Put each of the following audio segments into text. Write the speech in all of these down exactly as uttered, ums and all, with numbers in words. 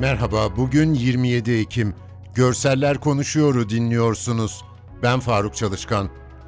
Merhaba, bugün yirmi yedi Ekim. Görseller Konuşuyor'u dinliyorsunuz. Ben Faruk Çalışkan.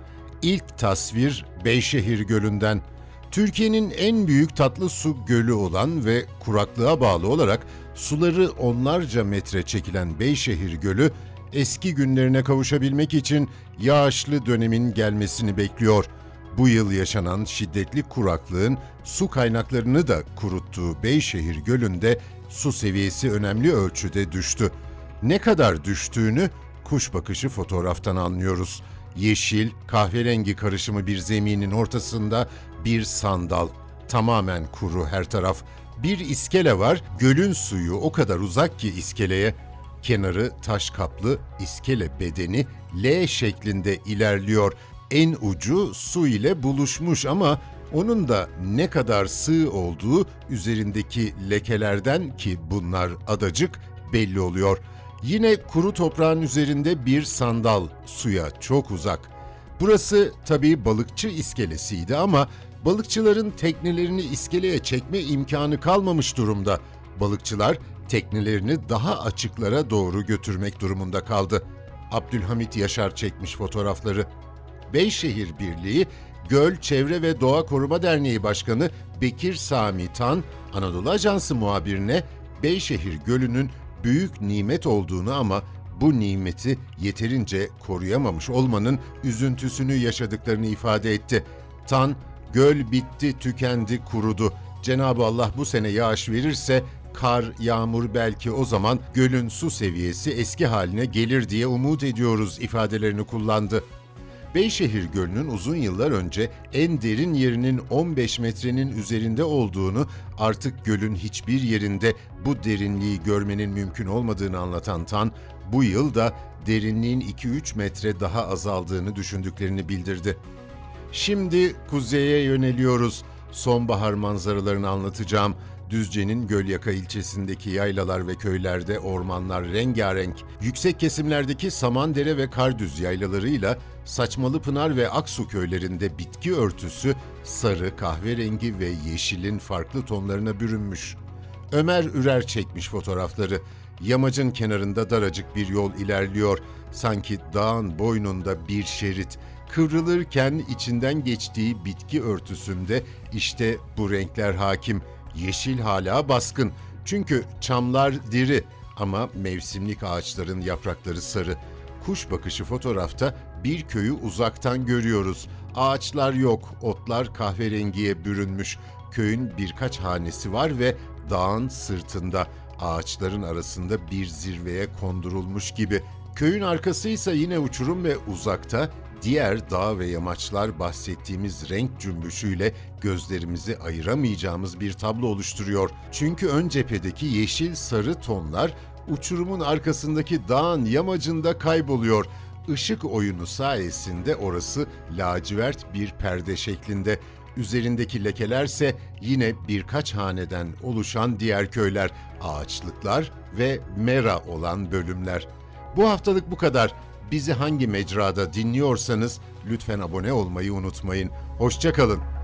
İlk tasvir Beyşehir Gölü'nden. Türkiye'nin en büyük tatlı su gölü olan ve kuraklığa bağlı olarak suları onlarca metre çekilen Beyşehir Gölü, eski günlerine kavuşabilmek için yağışlı dönemin gelmesini bekliyor. Bu yıl yaşanan şiddetli kuraklığın su kaynaklarını da kuruttuğu Beyşehir Gölü'nde su seviyesi önemli ölçüde düştü. Ne kadar düştüğünü kuş bakışı fotoğraftan anlıyoruz. Yeşil, kahverengi karışımı bir zeminin ortasında bir sandal. Tamamen kuru her taraf. Bir iskele var, gölün suyu o kadar uzak ki iskeleye. Kenarı taş kaplı, iskele bedeni L şeklinde ilerliyor. En ucu su ile buluşmuş ama onun da ne kadar sığ olduğu üzerindeki lekelerden, ki bunlar adacık, belli oluyor. Yine kuru toprağın üzerinde bir sandal, suya çok uzak. Burası tabii balıkçı iskelesiydi ama balıkçıların teknelerini iskeleye çekme imkanı kalmamış durumda. Balıkçılar teknelerini daha açıklara doğru götürmek durumunda kaldı. Abdülhamit Yaşar çekmiş fotoğrafları. Beyşehir Birliği Göl Çevre ve Doğa Koruma Derneği Başkanı Bekir Sami Tan, Anadolu Ajansı muhabirine Beyşehir Gölü'nün büyük nimet olduğunu ama bu nimeti yeterince koruyamamış olmanın üzüntüsünü yaşadıklarını ifade etti. Tan, göl bitti, tükendi, kurudu. Cenab-ı Allah bu sene yağış verirse kar, yağmur belki o zaman gölün su seviyesi eski haline gelir diye umut ediyoruz ifadelerini kullandı. Beyşehir Gölü'nün uzun yıllar önce en derin yerinin on beş metrenin üzerinde olduğunu, artık gölün hiçbir yerinde bu derinliği görmenin mümkün olmadığını anlatan Tan, bu yıl da derinliğin iki üç metre daha azaldığını düşündüklerini bildirdi. Şimdi kuzeye yöneliyoruz. Sonbahar manzaralarını anlatacağım. Düzce'nin Gölyaka ilçesindeki yaylalar ve köylerde ormanlar rengarenk, yüksek kesimlerdeki Samandere ve Kardüz yaylalarıyla Saçmalıpınar ve Aksu köylerinde bitki örtüsü sarı, kahverengi ve yeşilin farklı tonlarına bürünmüş. Ömer Ürer çekmiş fotoğrafları. Yamacın kenarında daracık bir yol ilerliyor. Sanki dağın boynunda bir şerit. Kıvrılırken içinden geçtiği bitki örtüsünde işte bu renkler hakim. Yeşil hala baskın. Çünkü çamlar diri ama mevsimlik ağaçların yaprakları sarı. Kuş bakışı fotoğrafta bir köyü uzaktan görüyoruz. Ağaçlar yok, otlar kahverengiye bürünmüş. Köyün birkaç hanesi var ve dağın sırtında, ağaçların arasında bir zirveye kondurulmuş gibi. Köyün arkasıysa yine uçurum ve uzakta diğer dağ ve yamaçlar bahsettiğimiz renk cümbüşüyle gözlerimizi ayıramayacağımız bir tablo oluşturuyor. Çünkü ön cephedeki yeşil sarı tonlar uçurumun arkasındaki dağın yamacında kayboluyor. Işık oyunu sayesinde orası lacivert bir perde şeklinde. Üzerindeki lekelerse yine birkaç haneden oluşan diğer köyler, ağaçlıklar ve mera olan bölümler. Bu haftalık bu kadar. Bizi hangi mecrada dinliyorsanız lütfen abone olmayı unutmayın. Hoşça kalın.